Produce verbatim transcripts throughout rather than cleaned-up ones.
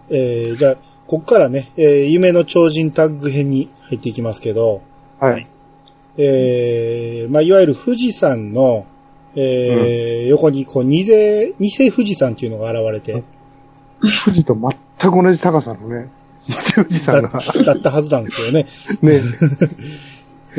えー、じゃあ、こっからね、えー、夢の超人タッグ編に入っていきますけど、 はい。 えー、まあ、いわゆる富士山の、えー、うん、横にこう、偽、偽富士山っていうのが現れて。 富士と全く同じ高さのね、偽富士山が。 だ, だったはずなんですけどね。 ねうん。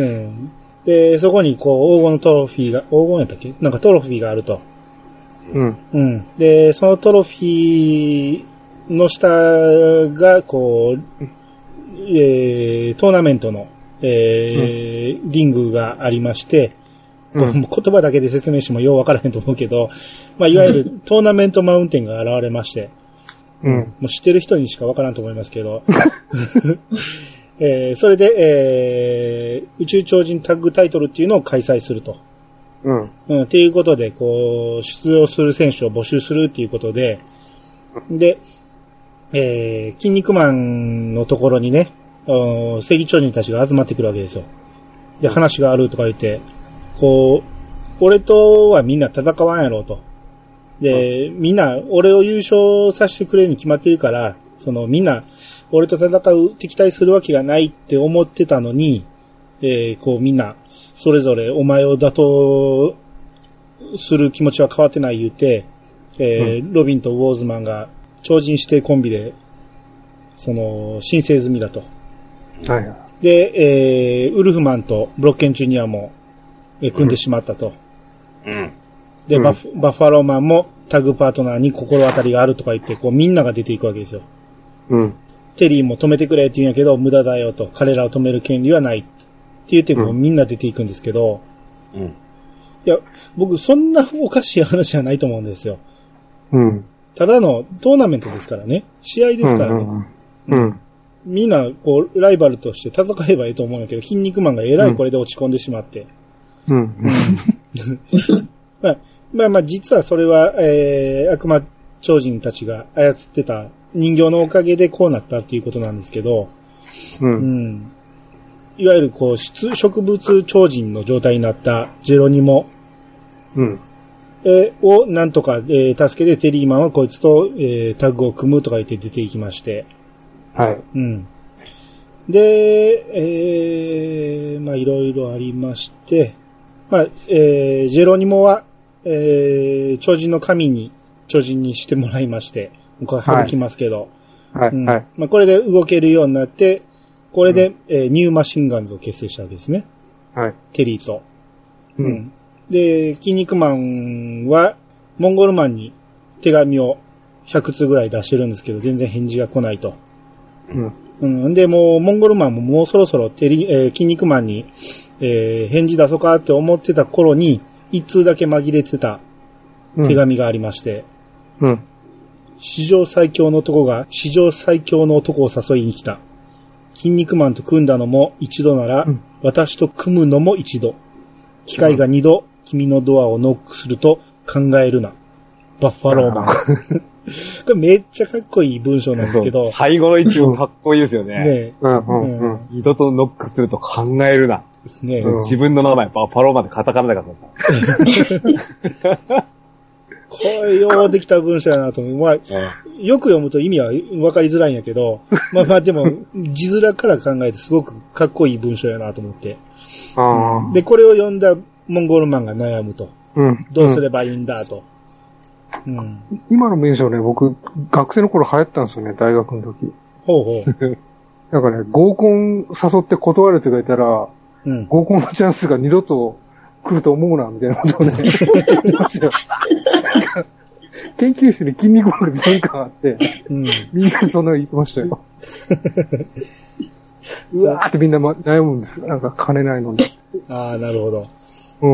で、そこにこう、黄金のトロフィーが、黄金やったっけ？なんかトロフィーがあると。 うん。 うん。で、そのトロフィーの下が、こう、えー、トーナメントの、えーうん、リングがありまして、うん、言葉だけで説明してもようわからへんと思うけど、まあ、いわゆるトーナメントマウンテンが現れまして、うん、もう知ってる人にしかわからんと思いますけど、えー、それで、えー、宇宙超人タッグタイトルっていうのを開催すると。うん。うん。っていうことで、こう、出場する選手を募集するっていうことで、で、えー、筋肉マンのところにね、正義超人たちが集まってくるわけですよ。で、話があるとか言って、こう、俺とはみんな戦わんやろうと。で、みんな俺を優勝させてくれるに決まってるから、そのみんな俺と戦う、敵対するわけがないって思ってたのに、えー、こうみんなそれぞれお前を打倒する気持ちは変わってない言うて、えーうん、ロビンとウォーズマンが超人指定コンビで、その、申請済みだと。 はい。 で、えー、ウルフマンとブロッケンジュニアも、えー、組んでしまったと。 うん。 で、うん、バフ、バッファローマンもタッグパートナーに心当たりがあるとか言って、こうみんなが出ていくわけですよ。 うん。 テリーも止めてくれって言うんやけど、無駄だよと。彼らを止める権利はないって言って、こうみんな出ていくんですけど、 うん。いや、僕、そんなおかしい話じゃないと思うんですよ。 うん。 ただのトーナメントですからね。試合ですからね。 うん。うんうん、 みんな、こう、ライバルとして戦えばいいと思うんだけど、筋肉マンがえらいこれで落ち込んでしまって。 うん。うん、 まあ、まあまあ、実はそれは、えー、悪魔超人たちが操ってた人形のおかげでこうなったっていうことなんですけど、 うん。 うん、いわゆるこう、植物超人の状態になったジェロニモ。 うん。 えー、をなんとか、えー、助けてテリーマンはこいつと、えー、タッグを組むとか言って出ていきまして。 はい。 うん。で、えー、まあいろいろありまして、まあ、えー、ジェロニモは、えー、超人の神に、超人にしてもらいまして、これ省きますけど。 はい。 うん、 はい。 まあこれで動けるようになって、これで、うん、えー、ニューマシンガンズを結成したわけですね。 はい。 テリーと。 うん。 うんで、筋肉マンは、モンゴルマンに手紙をひゃくつぐらい出してるんですけど、全然返事が来ないと。うん。うん。で、もう、モンゴルマンももうそろそろテリ、えー、筋肉マンに、えー、返事出そうかって思ってた頃に、一通だけ紛れてた手紙がありまして。 うん。うん、 史上最強の男が、史上最強の男を誘いに来た。筋肉マンと組んだのも一度なら、うん、私と組むのも一度。機会が二度、君のドアをノックすると考えるな。バッファローマン。これめっちゃかっこいい文章なんですけど。 最後の一文かっこいいですよね。 ねうんうんうん、 二度とノックすると考えるな。 ねうん、自分の名前、バッファローマンでカタカナだから。 これようできた文章やなと思う。まあ、よく読むと意味は分かりづらいんやけど、まあまあでも、字面から考えてすごくかっこいい文章やなと思って。 あで、これを読んだモンゴルマンが悩むと。 うん、 どうすればいいんだと。うん、 今の文章ね、僕、学生の頃流行ったんですよね、大学の時。 ほうほう。 なんかね、合コン誘って断るって書いたら、うん、合コンのチャンスが二度と来ると思うな、みたいなことをね、言いましたよ。研究室に筋肉マンが全巻あって、うん、みんなそんなの言ってましたよ。うわーってみんな悩むんですよ。なんか金ないのに。 ああ、なるほど。 うん。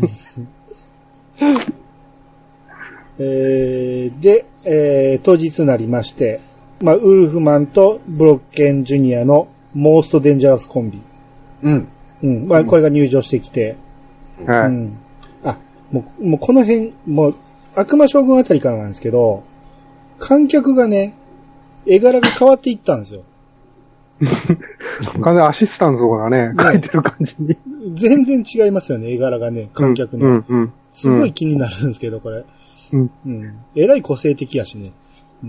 えー、で、えー、当日になりまして、まあ、ウルフマンとブロッケンジュニアのモーストデンジャラスコンビ。 うん。 うん。まあ、これが入場してきて。 はい。 うん。あ、もう、もうこの辺、もう、悪魔将軍あたりからなんですけど、観客がね、絵柄が変わっていったんですよ。 完全アシスタントがね、描いてる感じに。 全然違いますよね、絵柄がね、観客の。 うんうんうん、 すごい気になるんですけど、これ。 うん。 うん。えらい個性的やしね。 うん、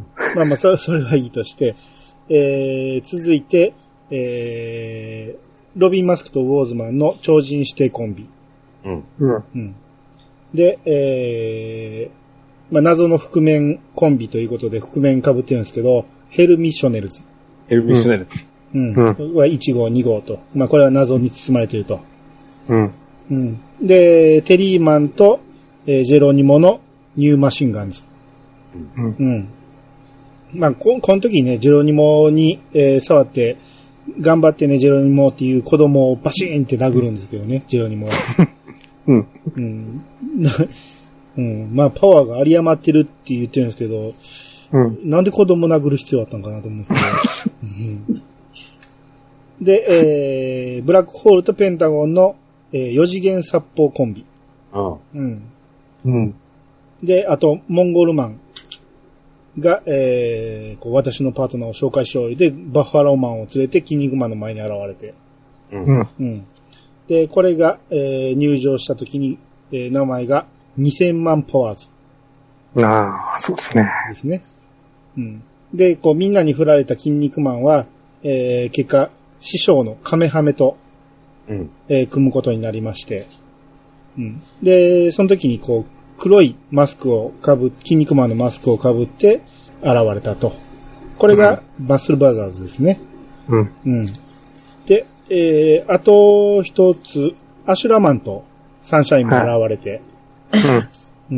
まあまあ、それ、それはいいとして、えー、続いて、えー、ロビン・マスクとウォーズマンの超人指定コンビ。 うん。うん。 で、えー、まあ、謎の覆面コンビということで覆面被ってるんですけど、ヘルミッショネルズ。 ヘルミッショネルズ。 うん。うん。いち号、に号と。まあ、これは謎に包まれていると。 うん。 うん。で、テリーマンと、えー、ジェロニモのニューマシンガンズ。 うん。 うん。まあ、こ、この時ね、ジェロニモに、えー、触って、頑張ってね、ジェロニモっていう子供をバシーンって殴るんですけどね、ジェロニモは。 うん。 うん。うん。まあ、パワーが有り余ってるって言ってるんですけど、うん。なんで子供殴る必要あったのかなと思うんですけど。うん、で、えー、ブラックホールとペンタゴンの、えー、四次元殺法コンビ。 うん。 うん。 で、あと、モンゴルマンが、えー、こう私のパートナーを紹介しようで、バッファローマンを連れてキン肉マンの前に現れて。 うん。 うん。で、これが、えー、入場した時に、えー、名前がにせんまんパワーズ。 ああ、そうですね。 ですね。うん。で、こうみんなに振られたキン肉マンは、えー、結果、師匠のカメハメと、 うん。 えー、組むことになりまして。うん。で、その時にこう、黒いマスクをかぶ、キン肉マンのマスクをかぶって現れたと。これがマッスルブラザーズですね。 うん。 うん。で、えー、あと一つ、アシュラマンとサンシャインも現れて。 はい、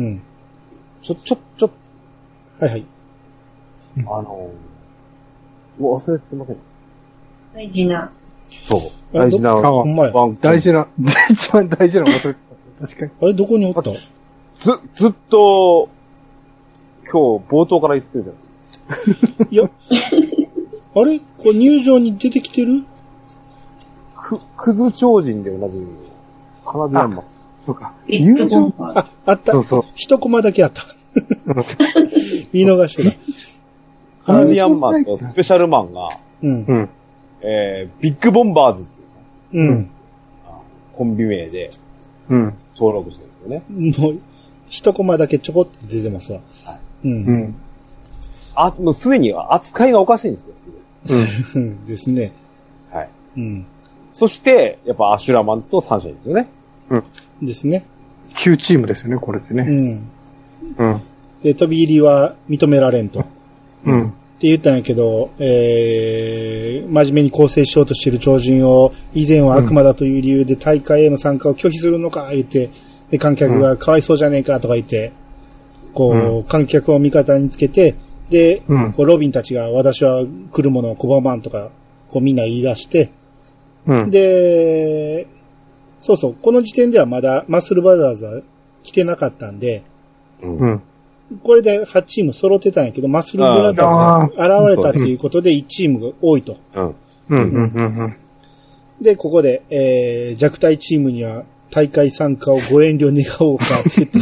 うん。うん。 ちょ、ちょ、ちょ、 はいはい。 あのー、もう忘れてません。 大事な。 そう。大事な。 あ、ほんまや。 大事な、一番大事な忘れてた。確かに。 あれ、どこにおった？ ず、ずっと、今日冒頭から言ってるじゃないですか。 いや、あれこれ入場に出てきてる？ く、クズ超人で同じ、カナディアンマン。 そうか。入場あ、あった。 そうそう。 一コマだけあった。見逃してた。カナディアンマンとスペシャルマンが、 うん。うん。 えー、ビッグボンバーズっていう、 ね、うん。 コンビ名で、 うん。 登録してるんですよね。もう、一コマだけちょこっと出てますわ。 はい。 うん。うん。 あ、もうすでに扱いがおかしいんですよ、すでに。うん。ですね。 はい。 うん。 そして、やっぱアシュラマンとサンシャインですよね。 うん。 ですね。 きゅうチームですよね、これでね。 うん。 うん。 で、飛び入りは認められんと。 うん。 って言ったんやけど、えー、真面目に構成しようとしている超人を、以前は悪魔だという理由で大会への参加を拒否するのか、言って、で、観客がかわいそうじゃねえか、とか言って、こう、うん、観客を味方につけて、で、うん、こうロビンたちが私は来るものを拒まんとか、こうみんな言い出して、うん、で、そうそう、この時点ではまだマッスルブラザーズは来てなかったんで、 うん、 これではちチーム揃ってたんやけど、マッスルブラザーズが現れたっていうことでいちチームが多いと。 うんうんうんうん、 で、ここで、えー、弱体チームには大会参加をご遠慮願おうかって言って、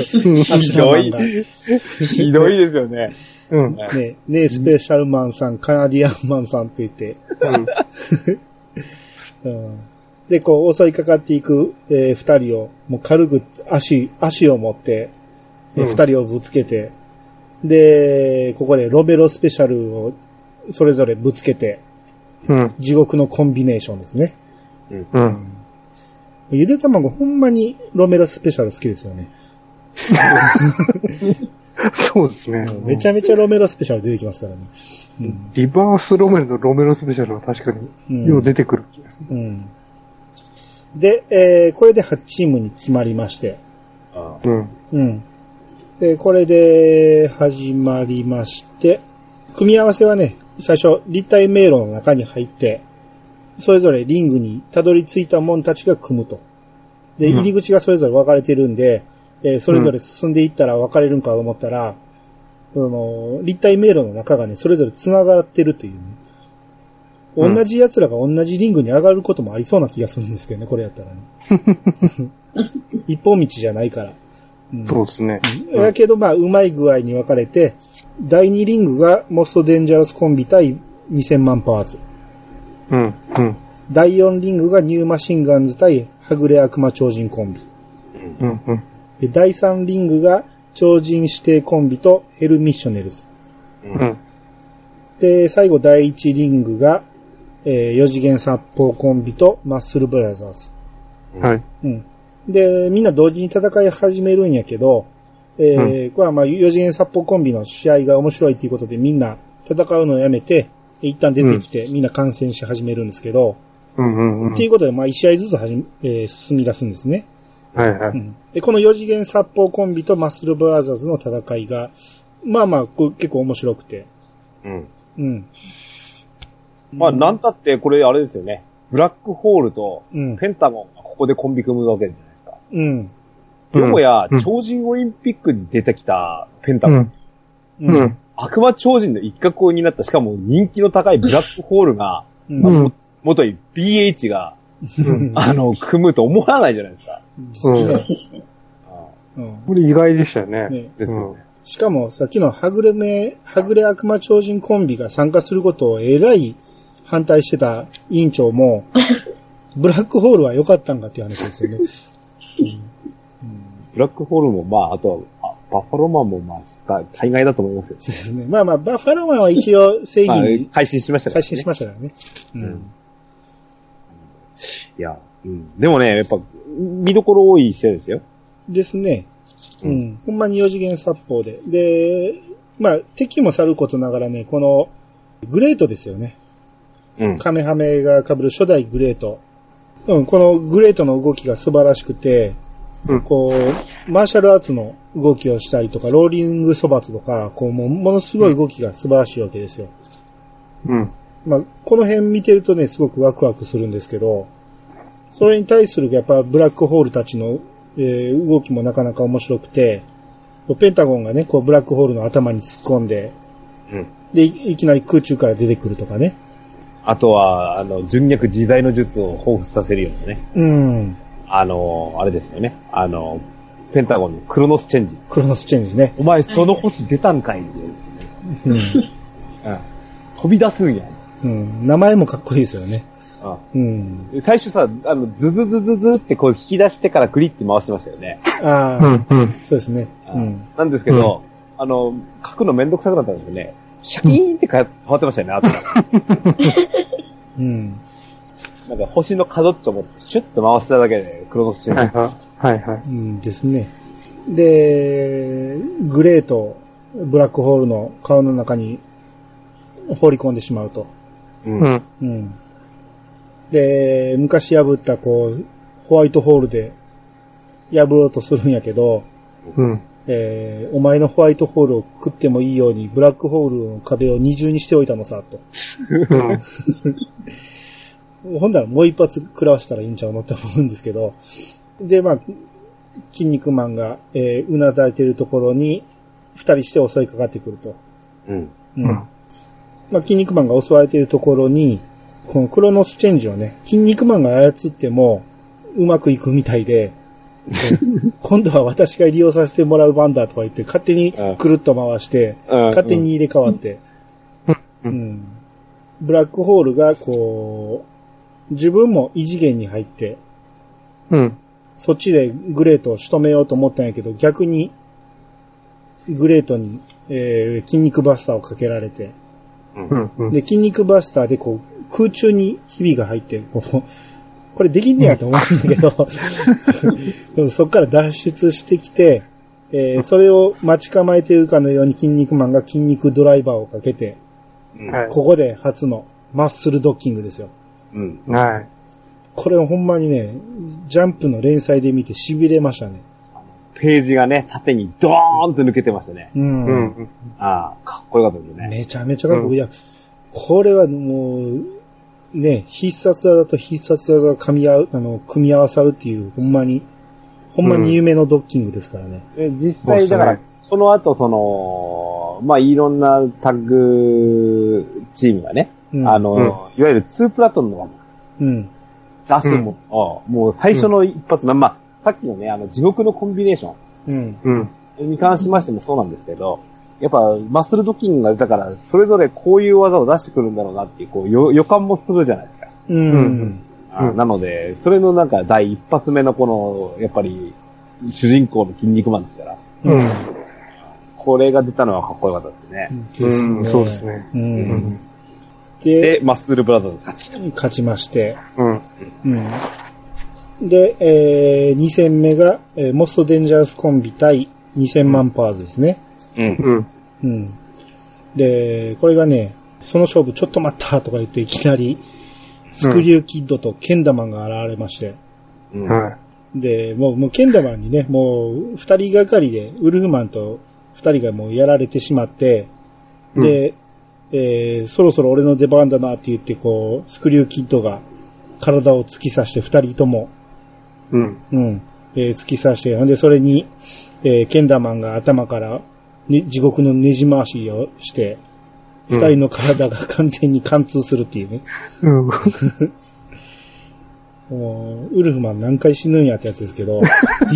ひどい。ひどいですよね。 うん。 ねねえ、スペシャルマンさん、カナディアンマンさんって言って。うんうん、で、こう、襲いかかっていく、えー、二人を、もう軽く足、足を持って、えー、二、うん、人をぶつけて、で、ここでロベロスペシャルをそれぞれぶつけて、 うん、 地獄のコンビネーションですね。 うん。うん、 ゆで卵ほんまにロメロスペシャル好きですよね。 そうですね。 めちゃめちゃロメロスペシャル出てきますからね。 うん、リバースロメロのロメロスペシャルは確かに、よう出てくる気がする。 うんうん、で、えー、これではちチームに決まりまして。 あうん。 うん。で、これで始まりまして、組み合わせはね、最初立体迷路の中に入って、それぞれリングにたどり着いた者たちが組むと。で、入り口がそれぞれ分かれてるんで、うん、えー、それぞれ進んでいったら分かれるんかと思ったら、うん、の立体迷路の中がね、それぞれ繋がってるというね。同じ奴らが同じリングに上がることもありそうな気がするんですけどね、これやったらね。一本道じゃないから。 うん、そうですね。 うん、だけど、まあ、うまい具合に分かれて、だいにリングがモストデンジャラスコンビ対にせんまんパワーズ。 うん、うん。 だいよんリングがニューマシンガンズ対はぐれ悪魔超人コンビ。 うん、うん。 で、だいさんリングが超人指定コンビとヘルミッショネルズ。 うん。 で、最後第一リングが、えー、四次元殺法コンビとマッスルブラザーズ。 はい。 うん。で、みんな同時に戦い始めるんやけど、えー、うん、これはまあ四次元殺法コンビの試合が面白いということでみんな戦うのをやめて、一旦出てきて、うん、みんな観戦し始めるんですけど、 うんうんうん。 っていうことで、まあ一試合ずつはじ、えー、進み出すんですね。 はいはい。 うん、で、この四次元殺法コンビとマッスルブラザーズの戦いが、まあまあ、結構面白くて。 うん。 うん。 まあ、なんたって、これあれですよね。ブラックホールと、ペンタゴンがここでコンビ組むわけじゃないですか。 うん。 よもや、超人オリンピックに出てきたペンタゴン。 うん。うん、 悪魔超人の一角を担った、しかも人気の高いブラックホールが、うんまあ、元い ビーエイチ が、うん、あの、組むと思わないじゃないですか。 うん。これ意外でしたよね。ねですよね。 しかも、さっきのはぐれめ、はぐれ悪魔超人コンビが参加することをえらい反対してた委員長も、ブラックホールは良かったんかっていう話ですよね。うんうん、 ブラックホールも、まあ、あとは、バッファローマンも、まあ、大概だと思いますけど、ね。 そうですね。まあまあ、バッファローマンは一応正義に、 まあ、改心しましたからね。改心しましたからね。うん。うん、 いや、うん。でもね、やっぱ、見どころ多い試合ですよ。 ですね。うん。うん、ほんまに四次元殺法で。で、まあ、敵もさることながらね、この、グレートですよね。うん。カメハメが被る初代グレート。うん、このグレートの動きが素晴らしくて、うん、こう、マーシャルアーツの動きをしたりとか、ローリングソバツとか、こう、も, ものすごい動きが素晴らしいわけですよ。 うん。 まあ、この辺見てるとね、すごくワクワクするんですけど、それに対するやっぱブラックホールたちの、えー、動きもなかなか面白くて、ペンタゴンがね、こうブラックホールの頭に突っ込んで、うん、でい、いきなり空中から出てくるとかね。 あとは、あの、純逆自在の術を彷彿させるようなね。 うん。 あの、あれですよね。あの、ペンタゴンのクロノスチェンジ。 クロノスチェンジね。 お前その星出たんかい、ね。うん。うん。飛び出すんや。 うん。名前もかっこいいですよね。 あうん。最初さ、あの、ズズズズズってこう引き出してからグリって回してましたよね。 ああ、うんうん、そうですね。 うん。なんですけど、うん、あの、書くのめんどくさくなったんですよね。シャキーンって変わってましたよね、あとうん。 なんか星の角っちょもシュッと回せただけでクロノスチェンジ。 はいはい。はいはい。 うんですね。で、グレーとブラックホールの顔の中に放り込んでしまうと。 うん。 うん。で、昔破ったこう、ホワイトホールで破ろうとするんやけど、 うん。 えー、お前のホワイトホールを食ってもいいようにブラックホールの壁を二重にしておいたのさ、と。ほんならもう一発食らわしたらいいんちゃうのって思うんですけど。で、まあ、筋肉マンが、えー、うなだいているところに二人して襲いかかってくると。 うん。 うん。まあ、筋肉マンが襲われているところに、このクロノスチェンジをね、筋肉マンが操ってもうまくいくみたいで、今度は私が利用させてもらう番だとか言って勝手にくるっと回して、勝手に入れ替わって、うん、ブラックホールがこう、自分も異次元に入って、 うん、 そっちでグレートを仕留めようと思ったんやけど、逆にグレートに、えー、筋肉バスターをかけられて、 うんうん、 で、筋肉バスターでこう、空中にひびが入って、こう、これできんねやと思うんだけど、そっから脱出してきて、えー、それを待ち構えているかのように筋肉マンが筋肉ドライバーをかけて、はい、ここで初のマッスルドッキングですよ。 うん。 はい。 これはほんまにね、ジャンプの連載で見て痺れましたね。 ページがね、縦にドーンと抜けてましたね。 うん。うん、 ああ、かっこよかったですね。 めちゃめちゃかっこいい。うん、いや、これはもう、ね、必殺技と必殺技が噛み合う、あの、組み合わさるっていう、ほんまに、ほんまに夢のドッキングですからね。 うん、実際、だから、その後、その、まあ、いろんなタッグチームがね、うん、あの、うん、いわゆるツープラトンの技。 うん。 出すもの、うん、もう最初の一発目、うん、まあ、さっきのね、あの、地獄のコンビネーション。 うん。 に関しましてもそうなんですけど、やっぱ、マッスルドッキングが出たから、それぞれこういう技を出してくるんだろうなっていう、こう、予感もするじゃないですか。 うん。うんあなので、それのなんか第一発目のこの、やっぱり、主人公の筋肉マンですから。 うん。 これが出たのはかっこよかったですね。 ですね。そうですね。 うん。 で、でマッスルブラザーズ勝ちと。 勝ちまして。 うん。 うん。で、えー、に戦目が、えー、モストデンジャースコンビ対にせんまんパワーズですね。 うん。うん。 うん。で、これがね、その勝負ちょっと待ったとか言っていきなり、スクリューキッドとケンダマンが現れまして。 うん。はい。 で、もう、もうケンダマンにね、もう、二人がかりで、ウルフマンと二人がもうやられてしまって、で、うん、えー、そろそろ俺の出番だなって言って、こう、スクリューキッドが体を突き刺して二人とも、 うん。 うん。えー、突き刺して、ほんで、それに、えー、ケンダマンが頭から、ね、地獄のねじ回しをして、二人の体が完全に貫通するっていうね。うん。もう、ウルフマン何回死ぬんやってやつですけど。はい、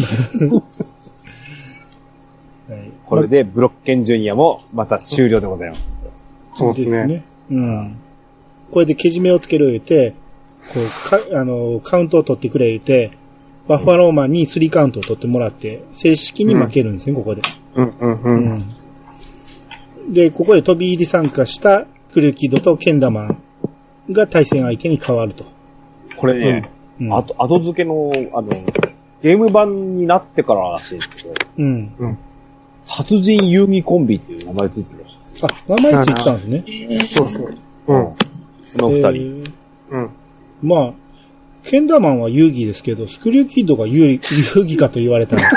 これでブロッケンジュニアもまた終了でございます。 そうですね。うん。これでけじめをつける言うて、こう、か、あの、カウントを取ってくれ言うて、バッファローマンにスリーカウントを取ってもらって、正式に負けるんですね、うん、ここで。 うんうんうん。うんで、ここで飛び入り参加したクルキドとケンダマンが対戦相手に変わると。 これね、うん、後、後付けの、あの、ゲーム版になってかららしいんですけど、うん。うん、殺人遊戯コンビっていう名前ついてるらしい。 あ、名前ついてたんですね。 そうそう。うん。 この二人、えー。 うん。まあ、ケンダマンは遊戯ですけど、スクリューキッドが遊戯かと言われたら。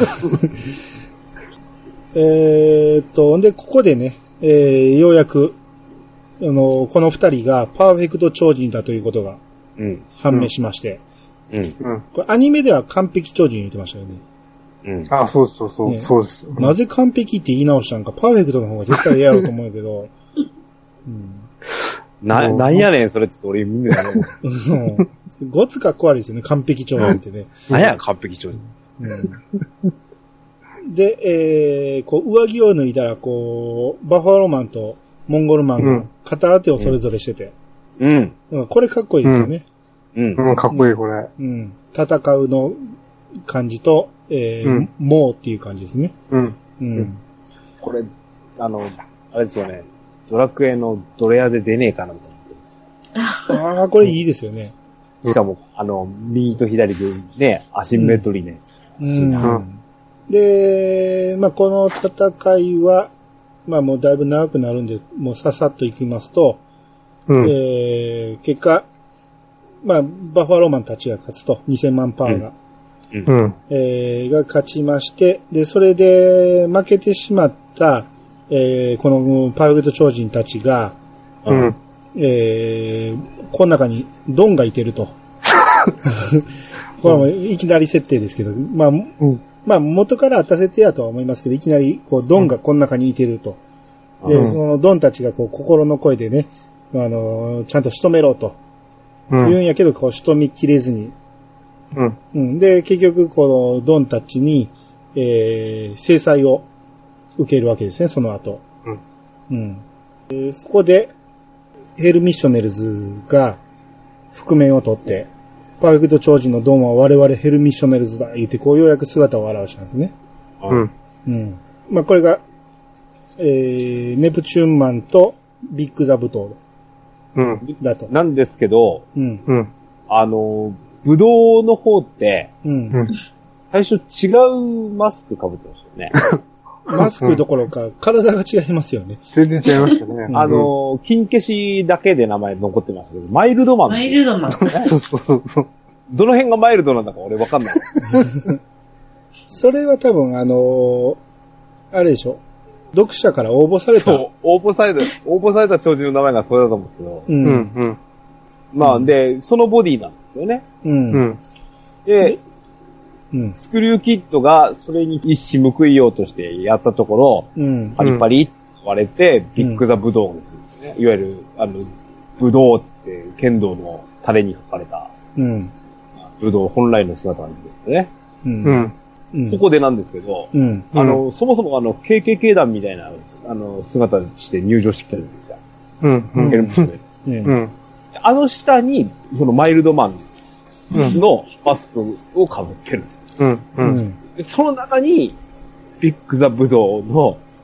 えーっと、で、ここでね、えー、ようやく、あの、この二人がパーフェクト超人だということが、判明しまして。うん。うん。これアニメでは完璧超人言ってましたよね。 うん。あ、そうそうそう、ね、そうです。 なぜ完璧って言い直したんか、パーフェクトの方が絶対嫌やろうと思うけど。 うん。な、なんやねん、それって俺見るよね。 うん。ごつかっこ悪いですよね、完璧超人ってね。 なんや、完璧超人。うん。 で、えー、こう、上着を脱いだら、こう、バッファローマンとモンゴルマンが片手をそれぞれしてて。うん。うん、これかっこいいですよね。 うん。うん、かっこいい、これ。 うん。戦うの感じと、えー、うん、もうっていう感じですね。うん。うん。 これ、あの、あれですよね。ドラクエのドレアで出ねえかなと思って。ああ、これいいですよね。 しかも、あの、右と左でね、アシンメトリーのやつ。うん。うんで、まあ、この戦いは、まあ、もうだいぶ長くなるんで、もうささっといきますと、うん、えー、結果、まあ、バッファローマンたちが勝つと、にせんまんパーが、うん、えー、が勝ちまして、で、それで負けてしまった、えー、このパーフェクト超人たちが、うん、えー、この中にドンがいてると。これはもういきなり設定ですけど、まあ、うんまあ、元からあった設定やとは思いますけど、いきなり、こう、ドンがこの中にいてると。うん、で、そのドンたちが、こう、心の声でね、あの、ちゃんと仕留めろと。うん、言うんやけど、こう、仕留めきれずに。うん。うん。で、結局、この、ドンたちに、えー、制裁を受けるわけですね、その後。うん。うん。でそこで、ヘルミッショネルズが、覆面を取って、パーフェクト超人のドンは我々ヘルミッショネルズだ言って、こうようやく姿を現したんですね。うん。うん。まあ、これが、えー、ネプチューンマンとビッグザブトウうん。だと。なんですけど、うん。うん。あの、ブドウの方って、うん。最初違うマスク被ってましたよね。 マスクどころか、体が違いますよね。 全然違いましたね。 あの、金消しだけで名前残ってましたけど、マイルドマン。 マイルドマン。 そうそうそう。 どの辺がマイルドなんだか俺わかんない。 それは多分あのー、あれでしょ。読者から応募された。 そう、応募された、応募された超人の名前がそれだと思うんですけど。うん。うん。まあ、で、そのボディなんですよね。うん。うん。で、うん、スクリューキッドがそれに一矢報いようとしてやったところ、うん、パリパリって割れて、ビッグザブドウですね、うん。いわゆる、あの、ブドウって剣道のタレに書かれた、うん、ブドウ本来の姿なんですよね。うんうん、ここでなんですけど、うん、あの、うん、そもそもあの、ケーケーケー 団みたいな、あの、姿して入場してきてるんですか。うん。うん。うん。あの下に、そのマイルドマンのマスクを被ってる。うん。うん。でその中に、ビッグザブドウの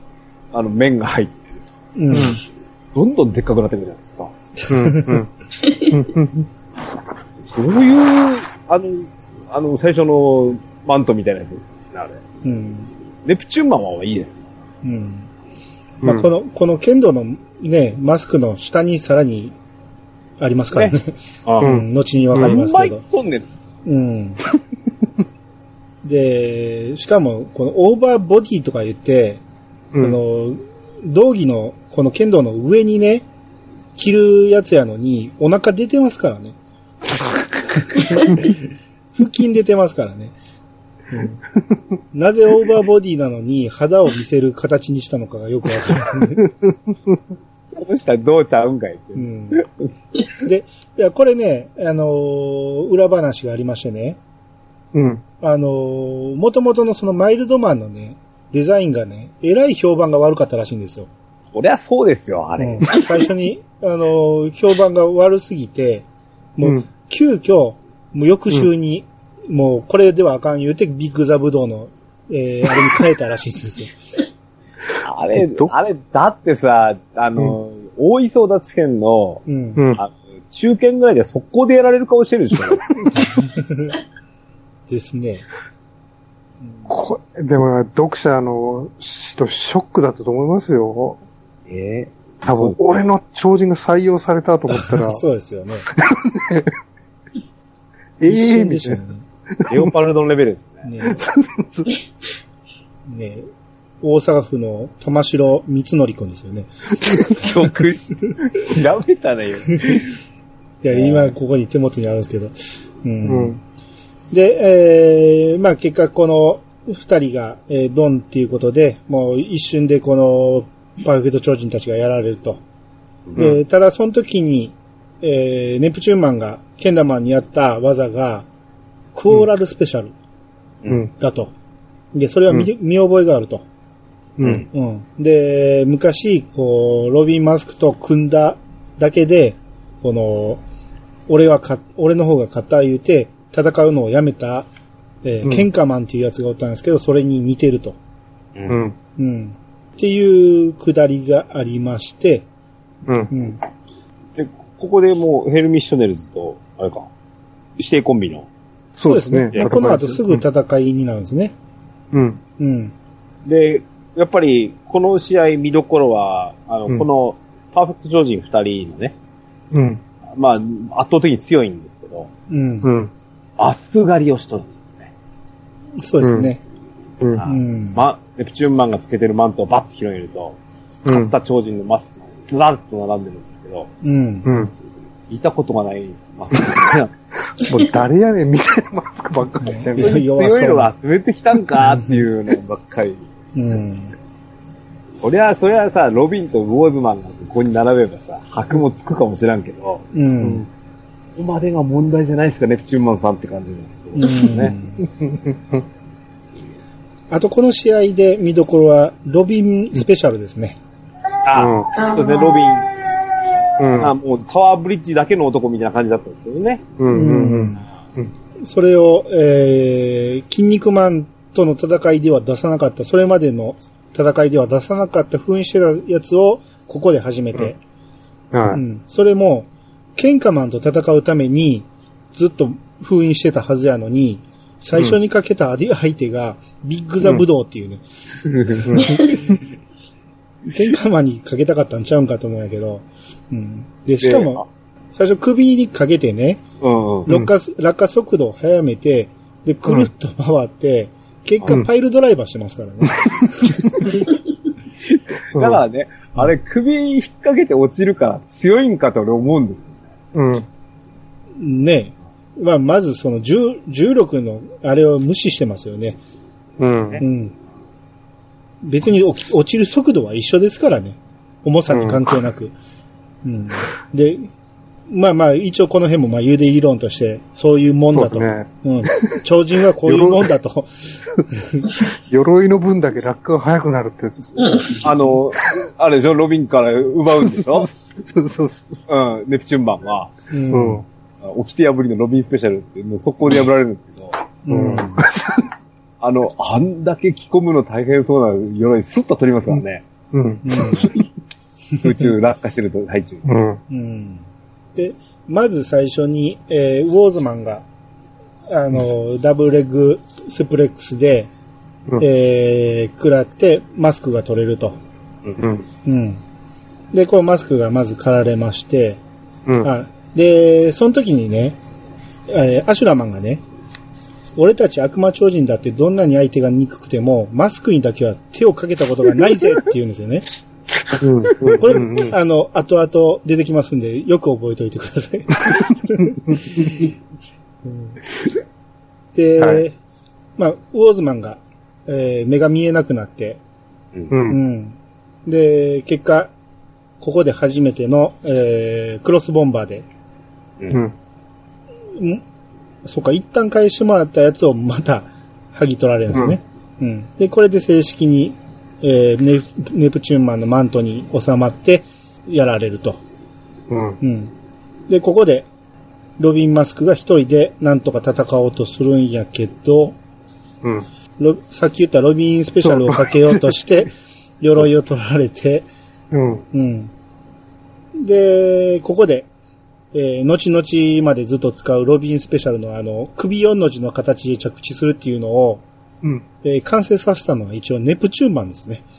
あの、面が入ってる。うん。どんどんでっかくなってくるじゃないですか。うん。どういう、あの、あの、最初のマントみたいなやつあれ。うん。ネプチューンマンはいいです。うん。 まあ、この、この剣道のね、マスクの下にさらにありますからね。ねああうん、後にわかりますけど。うん、うん。で、しかも、このオーバーボディとか言って、うん、この、道着の、この剣道の上にね、着るやつやのに、お腹出てますからね。腹筋出てますからね。うん、なぜオーバーボディなのに肌を見せる形にしたのかがよくわからない、ね。 そうしたらどうちゃうんかいって。うん、 で、いや、これね、あのー、裏話がありましてね。うん。あのー、元々のそのマイルドマンのね、デザインがね、えらい評判が悪かったらしいんですよ。 そりゃそうですよ、あれ。 うん、最初に、あのー、評判が悪すぎて、もう、うん、急遽、もう翌週に、うん、もうこれではあかん言うて、ビッグザブドウの、えー、あれに変えたらしいんですよ。 あれ、あれ、だってさ、あの、うん、大磯田県の、うん、あ中堅ぐらいで速攻でやられる顔してるでしょ。 ですね。 こでも、読者の人ショックだったと思いますよ。ええー、多分、俺の超人が採用されたと思ったら。 そうですよね。 ええー、でしょうね。 レオパルドのレベルですね。ねえ。大阪府の玉城光則くんですよね。 よく調べたねよ。 いや、今ここに手元にあるんですけど。うん。うん、で、えー、まあ結果この二人が、えー、ドンっていうことで、もう一瞬でこのパーフェクト超人たちがやられると。うん、で、ただその時に、えー、ネプチューンマンがケンダマンにやった技が、クオーラルスペシャルだと。うん、で、それは 見,、うん、見覚えがあると。うん。うん。で、昔、こう、ロビンマスクと組んだだけで、この、俺はか、俺の方が勝った言うて、戦うのをやめた、えー、うん、ケンカマンっていうやつがおったんですけど、それに似てると。うん。うん。っていうくだりがありまして、うん。うん。 で、ここでもうヘルミッショネルズと、あれか、指定コンビの。 そうですね。でこの後すぐ戦いになるんですね。うん。 うん。で、やっぱり、この試合見どころは、あの、うん、この、パーフェクト超人二人のね、うん。まあ、圧倒的に強いんですけど、うん。うん。マスク狩りをしとるんですよね。 そうですね。 うん。うん。ま、ネプチューンマンがつけてるマントをバッと広げると、うん、勝った超人のマスクがずらっと並んでるんですけど、うん。うん。見たことがないマスク。 もう誰やねんみたいなマスクばっかりしてる。 強いのが集めてきたんかっていうのばっかり。うん。そりゃ、そりゃさ、ロビンとウォーズマンがここに並べばさ、箔もつくかもしらんけど、うん。ここまでが問題じゃないですか、ネプチューンマンさんって感じなんですね。 うん。あと、この試合で見どころは、ロビンスペシャルですね。 あ、うん、そうですね、ロビン。うん、あもうタワーブリッジだけの男みたいな感じだったんですけどね。うんうんうん。それを、えー、筋肉マンとの戦いでは出さなかった、それまでの戦いでは出さなかった封印してたやつをここで初めて。うん。うん、それも、ケンカマンと戦うためにずっと封印してたはずやのに、最初にかけた相手がビッグザブドウっていうね。ケンカマンにかけたかったんちゃうんかと思うんやけど。うん。で、しかも、最初首にかけてね、うんうん、落下、落下速度を速めて、で、くるっと回って、うん、結果パイルドライバーしてますからね。 だからね、あれ首に引っ掛けて落ちるから強いんかと俺思うんですよね。 うん。ねえ。まあ、まずその重、重力のあれを無視してますよね。うん。うん。別に落ちる速度は一緒ですからね。重さに関係なく。うんうん、で、まあまあ、一応この辺もまあ、ユーデイ理論として、そういうもんだと。ね、うん。超人はこういうもんだと。 鎧の分だけ落下が速くなるってやつですね。 あの、あれでしょ、ロビンから奪うんでしょそうそうそう。うん、ネプチューンマンは。うん。起きて破りのロビンスペシャルって、もう速攻で破られるんですけど。うん。あの、あんだけ着込むの大変そうな鎧スッと取りますからね。 うん。 宇宙落下してる最中。 うん。 うん。で、まず最初に、えー、ウォーズマンが、あの、ダブルレッグスプレックスで、うん、えー、食らってマスクが取れると。 うん。 うん。で、こうマスクがまず刈られまして、 うん。 あで、その時にね、えー、アシュラマンがね、俺たち悪魔超人だってどんなに相手が憎くても、マスクにだけは手をかけたことがないぜって言うんですよね。 うん、 これ、うん、あの、後々出てきますんで、よく覚えておいてください。で、はい、まあ、ウォーズマンが、えー、目が見えなくなって、 うんうん、 で、結果、ここで初めての、えー、クロスボンバーで、 うんうん、そうか、一旦返してもらったやつをまた剥ぎ取られるんですね。うんうん、で、これで正式に、えー、ネ, ネプチューンマンのマントに収まってやられると。 うんうん、で、ここでロビン・マスクが一人でなんとか戦おうとするんやけど、 うん、 ロさっき言ったロビンスペシャルをかけようとして鎧を取られて、 うんうん、で、ここで、えー、後々までずっと使うロビンスペシャルのあの首よんの字の形で着地するっていうのを、 うんえー、完成させたのは一応ネプチューンマンですね。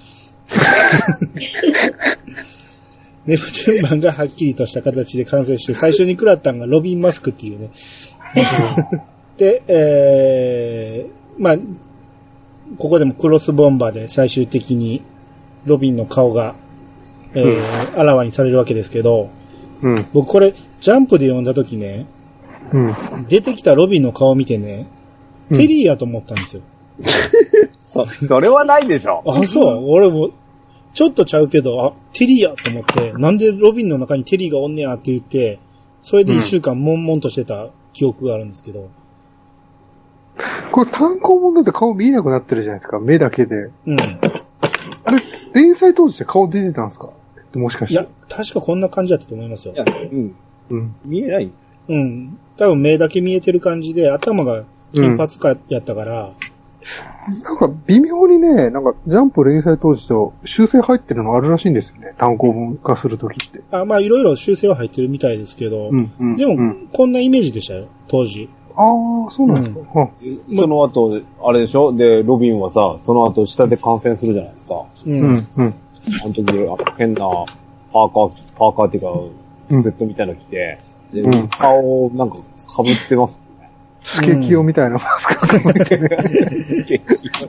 ネプチューンマンがはっきりとした形で完成して、最初に食らったのがロビンマスクっていうね。で、えー、まあ、ここでもクロスボンバーで最終的にロビンの顔が、えーうん、あらわにされるわけですけど、 うん、 僕これジャンプで読んだ時ね、 うん、 出てきたロビンの顔を見てね、テリーやと思ったんですよ。 そ、それはないでしょ。 あ、そう。俺も、ちょっとちゃうけど、あ、テリーやと思って、なんでロビンの中にテリーがおんねやって言って、それで一週間悶々としてた記憶があるんですけど。うん、 これ単行本だって顔見えなくなってるじゃないですか、目だけで。 うん。 あれ、連載当時って顔出てたんですか？もしかして。いや、 確かこんな感じだったと思いますよ。 いや、うん。うん。見えないうん。多分目だけ見えてる感じで、頭が金髪かやったから、うんなんか微妙にね、なんかジャンプ連載当時と修正入ってるのあるらしいんですよね。単行本化するときって。 あ、まあいろいろ修正は入ってるみたいですけど、 うんうん、 でも、うん、こんなイメージでしたよ、当時。 ああ、そうなんですか。 うん、その後、あれでしょで、ロビンはさ、その後下で観戦するじゃないですか。 うん。うん。 うん、 あの時、変なパーカー、パーカーっていうか、スウェットみたいなの着て、で、うん、顔をなんか被ってます。 スケキヨみたいなマスクかぶってる。 スケキヨ。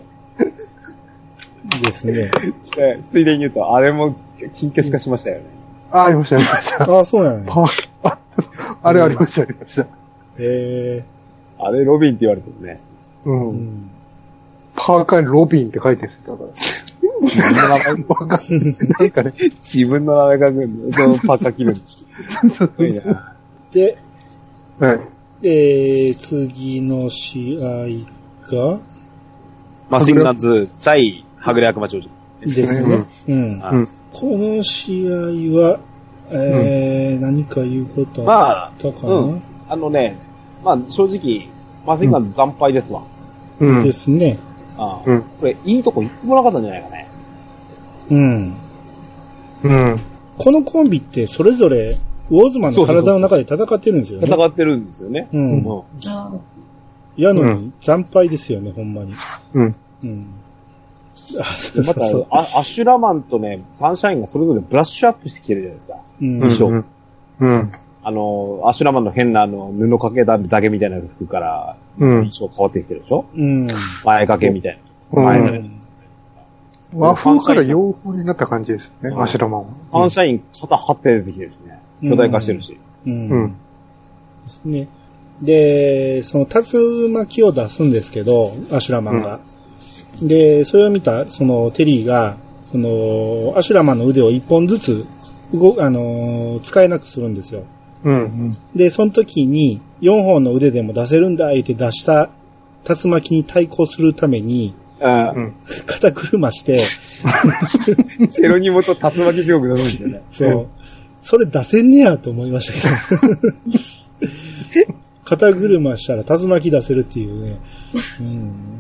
ですね。 で、ついでに言うと、あれも金消し化しましたよね。 あ、ありました、ありました。 あ、そうなんや、ね。 あ、あれありました、ありました。 へえ。 あれロビンって言われてるね。 うん。うん、パーカーにロビンって書いてるんですよ、だから。 自分の名前なんかね、自分の名前書くんだよ。そのパーカー着るんです。 そうそうそう。 で、 はい。 えー、次の試合がマシンガンズ対はぐれ悪魔超人ですね。うん。 うん、 この試合は、えー、うん、何か言うことあったかな、まあうん、 あのね、まあ正直、マシンガンズ惨敗ですわ。 うん。ですね。 ああ、うん、これ、いいとこ一個もなかったんじゃないかね。 うん。 うん。 このコンビってそれぞれ、ウォーズマンの体の中で戦ってるんですよね。 戦ってるんですよね。 うん。うん、やのに惨敗ですよね、ほんまに。 うん。 うん。 あ、そうそうそう。また、アッシュラマンとね、サンシャインがそれぞれブラッシュアップしてきてるじゃないですか。 うん。 衣装。 うん。うん。 あの、アッシュラマンの変なあの、布かけただけみたいな服から、うん。衣装変わってきてるでしょ。 うん。 前掛けみたいな。前掛け。 和風から洋風になった感じですよね、アッシュラマンは。 サンシャイン、肩張って出てきてるしね。巨大化してるし。 うん。うん。ですね。で、その竜巻を出すんですけど、アシュラマンが。うん、で、それを見た、そのテリーが、その、アシュラマンの腕を一本ずつ、動、あのー、使えなくするんですよ。 うん、うん。 で、その時に、よんほんの腕でも出せるんだ、言って出した竜巻に対抗するために、 あうん、 肩車して、 チェロニモと竜巻地獄なのみたいな。 そう。それ出せんねやと思いましたけど。肩車したら竜巻出せるっていうね。うん、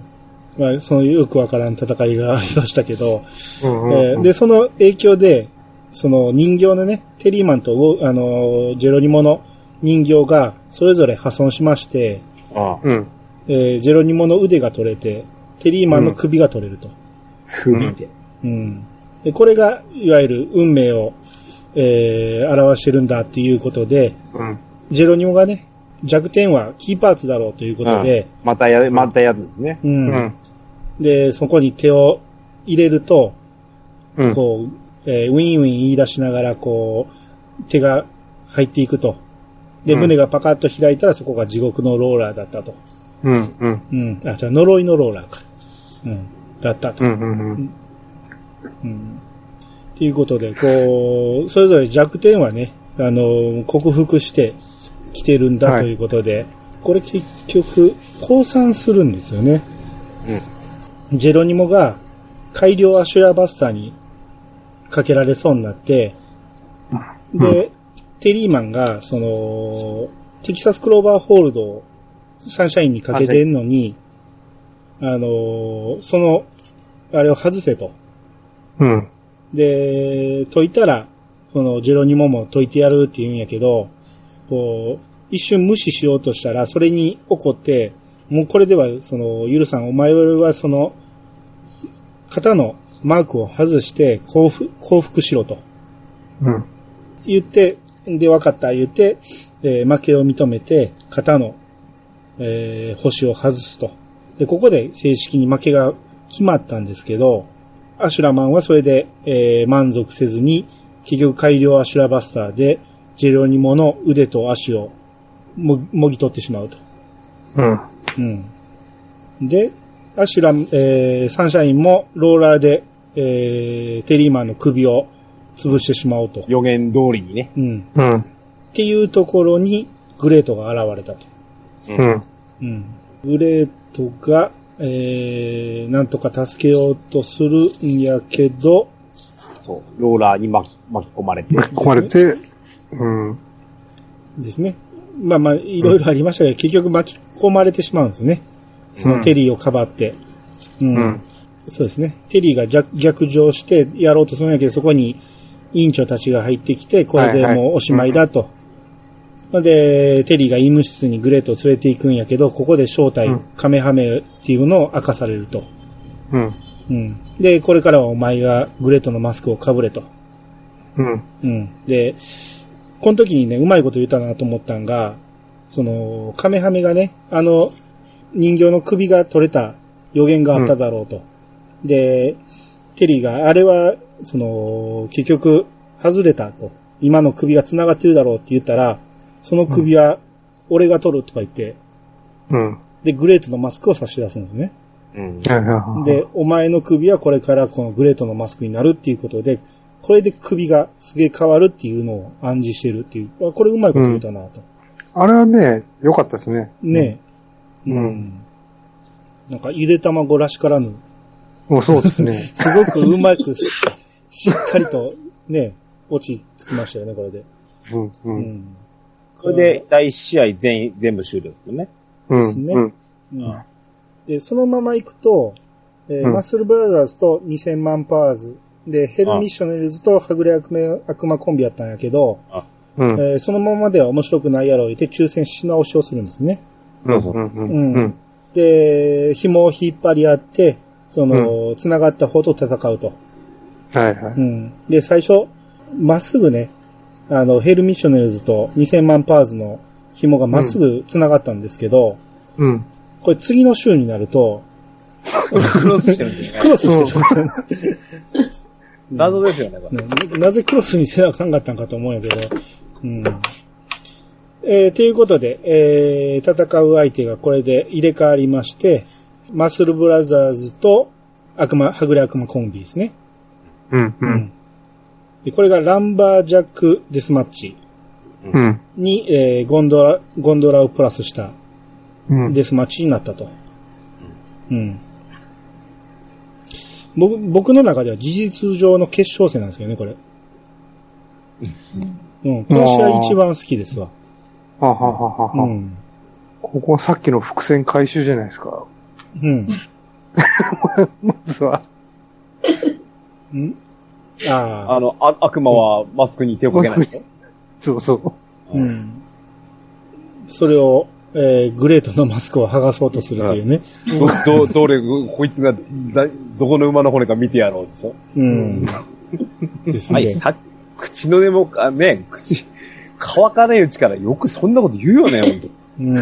まあ、そのよくわからん戦いがありましたけど、うんうんうんえー、で、その影響で、その人形のね、テリーマンと、あの、ジェロニモの人形がそれぞれ破損しまして、ああうんえー、ジェロニモの腕が取れて、テリーマンの首が取れると。 首で、 うん。うん。で、これが、いわゆる運命を、えー、表してるんだっていうことで、うん、ジェロニモがね、弱点はキーパーツだろうということで、 うん、またや、またやるんですね。 うん。うん、で、そこに手を入れると、うん、こう、えー、ウィンウィン言い出しながら、こう、手が入っていくと。で、胸がパカッと開いたらそこが地獄のローラーだったと。うん、うん。うん。あ、じゃあ呪いのローラーか。うん。だったと。うん、うん、うん。うん。っていうことで、こう、それぞれ弱点はね、あの、克服してきてるんだということで、はい、これ結局、降参するんですよね。うん。ジェロニモが改良アシュラバスターにかけられそうになって、で、うん、テリーマンが、その、テキサスクローバーホールドをサンシャインにかけてんのに、あの、その、あれを外せと。うん。で、解いたら、このジェロニモも解いてやるって言うんやけど、こう、一瞬無視しようとしたら、それに怒って、もうこれでは、その、ユルさん、お前はその、肩のマークを外して降伏、降伏しろと。うん。言って、で、分かった言って、えー、負けを認めて、肩の、えー、星を外すと。で、ここで正式に負けが決まったんですけど、アシュラマンはそれで、えー、満足せずに、結局改良アシュラバスターで、ジェロニモの腕と足をも、もぎ取ってしまうと。うん。うん。で、アシュラ、えー、サンシャインもローラーで、えー、テリーマンの首を潰してしまおうと。 予言通りにね。 うん。うん。っていうところに、グレートが現れたと。うん。うん。グレートが、えー、なんとか助けようとするんやけど、 そう、ローラーに巻き、巻き込まれて。 巻き込まれて、うん。 ですね。まあまあ、いろいろありましたけど、うん、結局巻き込まれてしまうんですね。そのテリーをかばって。うん。うん、そうですね。テリーが逆、逆上してやろうとするんやけど、そこに委員長たちが入ってきて、これでもうおしまいだと。はいはいで、テリーが医務室にグレートを連れて行くんやけど、ここで正体、うん、カメハメっていうのを明かされると。うん。うん。で、これからはお前がグレートのマスクを被れと。うん。うん。で、この時にね、うまいこと言ったなと思ったんが、その、カメハメがね、あの、人形の首が取れた予言があっただろうと。うん、で、テリーが、あれは、その、結局、外れたと。今の首が繋がってるだろうって言ったら、その首は、俺が取るとか言って、うん。で、グレートのマスクを差し出すんですね。うん。で、お前の首はこれからこのグレートのマスクになるっていうことで、これで首がすげえ変わるっていうのを暗示してるっていう。これうまいこと言ったなと、 うん。あれはね、良かったですね。 ねえ。うん。うん、なんか、ゆで卵らしからぬ。 もうそうですね。 すごくうまくし、しっかりと、ね、落ちつきましたよね、これで。うん、うん。うんそれで、だいいち試合全、全部終了ですよね。 ですね。うん。うん、で、そのまま行くと、えーうん、マッスルブラザーズとにせんまんパワーズ、で、ヘルミッショネルズとはぐれ悪魔、悪魔コンビやったんやけど、うん、えー、そのままでは面白くないやろう言って抽選し直しをするんですね。うん。うん。うん。で、紐を引っ張り合って、その、うん、繋がった方と戦うと。はいはい。うん。で、最初、まっすぐね、あの、ヘルミッショネルズとにせんまんパーズの紐がまっすぐ繋がったんですけど、うん。これ次の週になると、 クロスしてるんですね。 クロスしてるんですね。 謎ですよね、 な。なぜクロスにせなあかんかったんかと思うんやけど、うん。えー、ということで、えー、戦う相手がこれで入れ替わりまして、マッスルブラザーズと悪魔、はぐれ悪魔コンビですね。うん、うん。うんでこれがランバージャックデスマッチに、うんえー、ゴンドラ、ゴンドラをプラスしたデスマッチになったと。うん。僕、僕の中では事実上の決勝戦なんですけどね、これ。うん。この試合一番好きですわ。 ははははは。うん。ここはさっきの伏線回収じゃないですか。 うん。 まずは。 んああ。 あの、あ悪魔はマスクに手をかけないと。 そうそう。 うん。それを、えー、グレートのマスクを剥がそうとするというね。 ど、ど、どれ、こいつが、だ、どこの馬の骨か見てやろうでしょ。 うん。ですね。 はい、さ、口の根も、あ、ね、口、乾かないうちからよくそんなこと言うよね、ほんと。 うん。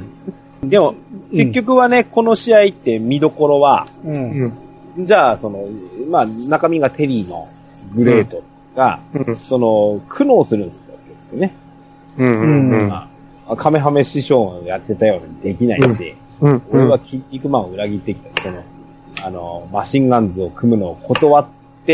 でも、結局はね、うん、この試合って見どころは、うん、じゃあ、その、まあ、中身がテリーのグレートが、うん、その、苦悩するんですよ、結局ね。うんうんうん。まあ、カメハメ師匠をやってたようにできないし、うんうん、俺はキン肉マンを裏切ってきた、その、あの、マシンガンズを組むのを断って、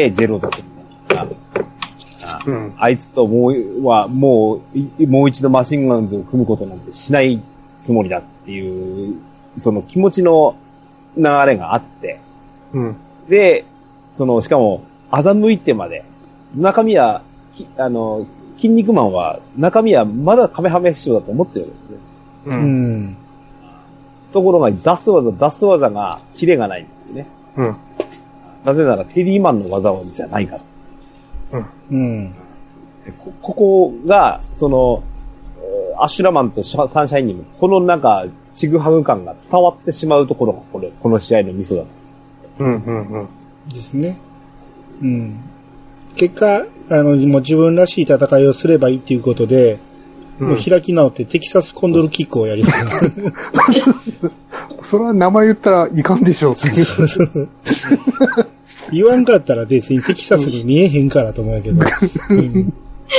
ジェロと組んだ。あ, うん、あいつともう、は、もう、もう一度マシンガンズを組むことなんてしないつもりだっていう、その気持ちの流れがあって、うん、で、その、しかも、欺いてまで、中身は、あの、筋肉マンは、中身はまだカメハメ師匠だと思ってるんですね。うん。うん、ところが、出す技、出す技が、キレがないんですね。うん。なぜなら、テリーマンの技じゃないから。うん。うん。こ、ここが、その、アシュラマンとサンシャインにも、このなんか、ちぐはぐ感が伝わってしまうところが、これ、この試合のミソだったんですよ。うん、うん、うん。 ですね。うん。結果、あの、もう自分らしい戦いをすればいいっていうことで、うん、もう開き直ってテキサスコンドルキックをやりたい。 それは名前言ったらいかんでしょうっていう。そうそうそう言わんかったら別にテキサスに見えへんからと思うけど。うん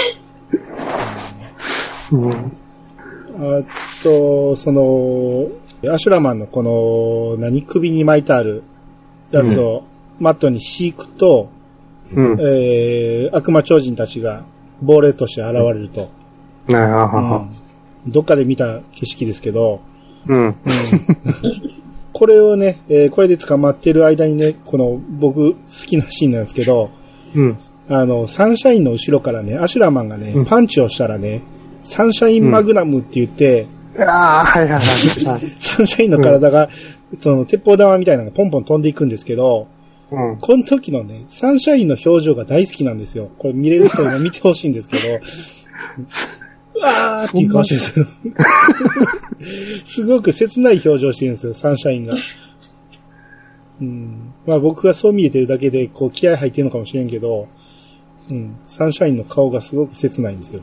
うん、あと、その、アシュラマンのこの、何、首に巻いてあるやつをマットに敷くと、うんえー、悪魔超人たちが亡霊として現れると。うんうん、どっかで見た景色ですけど、うんうん、これをね、えー、これで捕まってる間にね、この僕好きなシーンなんですけど、うん、あの、サンシャインの後ろからね、アシュラマンがね、うん、パンチをしたらね、サンシャインマグナムって言って、うん、ああ、はいはいはい。サンシャインの体が、うん、その鉄砲玉みたいなのがポンポン飛んでいくんですけど、うん、この時のね、サンシャインの表情が大好きなんですよ。これ見れる人にも見てほしいんですけど、うわーっていう顔してるんですよ。すごく切ない表情してるんですよ、サンシャインが。うん、まあ僕がそう見えてるだけで、こう気合入ってるのかもしれんけど、うん、サンシャインの顔がすごく切ないんですよ。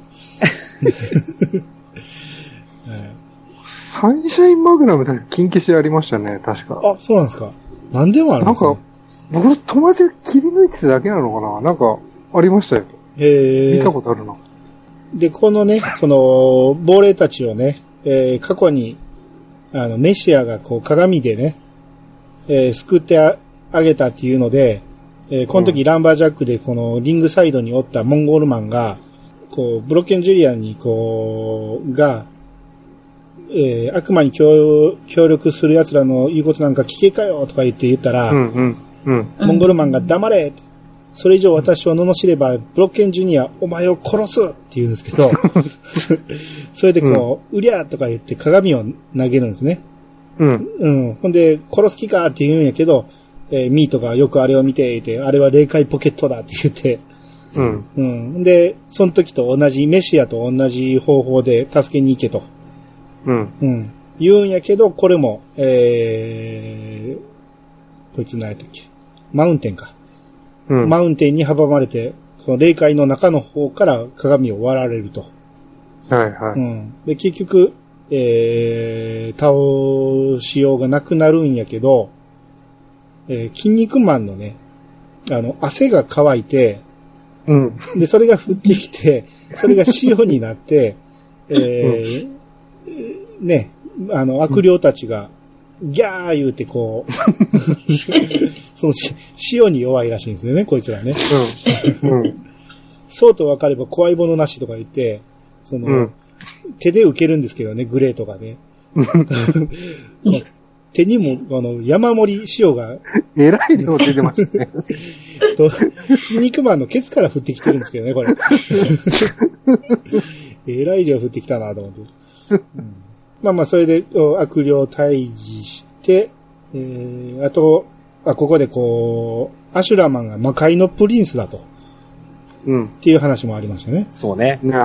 はい、サンシャインマグナムだけ金消しありましたね、確か。 あ、そうなんですか。なんでもあるんですか。 なんか、僕の友達が切り抜いてただけなのかな、なんか、ありましたよ。へー。見たことあるな。 で、このね、その、亡霊たちをね、えー、過去に、あの、メシアがこう鏡でね、えー、救ってあげたっていうので、えー、この時ランバージャックでこのリングサイドにおったモンゴルマンが、こう、ブロッケンジュリアンにこう、が、えー、悪魔に協、協力する奴らの言うことなんか聞けかよとか言って言ったら、うんうんうん、モンゴルマンが黙れ、それ以上私を罵れば、ブロッケンジュニア、お前を殺すって言うんですけど、それでこう、うん、うりゃーとか言って鏡を投げるんですね。うん。うん。ほんで、殺す気かって言うんやけど、えー、ミートがよくあれを見ていて、あれは霊界ポケットだって言って、うん。うん。で、その時と同じ、メシアと同じ方法で助けに行けと。うん。うん。言うんやけど、これも、えー、こいつ何やったっけ？マウンテンか。うん。マウンテンに阻まれて、その霊界の中の方から鏡を割られると。はいはい。うん。で、結局、えー、倒しようがなくなるんやけど、えー、筋肉マンのね、あの、汗が乾いて、うん。で、それが降ってきて、それが塩になって、えー、うん、ね、あの、悪霊たちが、ギャー言うてこう、その塩に弱いらしいんですよね、こいつらね。うんうん、そうと分かれば怖いものなしとか言って、その、うん、手で受けるんですけどね、グレートがね。手にも、あの、山盛り塩が。 えらい量出てましたね。 と、筋肉マンのケツから降ってきてるんですけどね、これ。えらい量降ってきたなと思って。うん、まあまあ、それで悪霊退治して、 えー、あと、あ、ここでこう、アシュラマンが魔界のプリンスだと。うん。っていう話もありましたね。 そうね。 うん。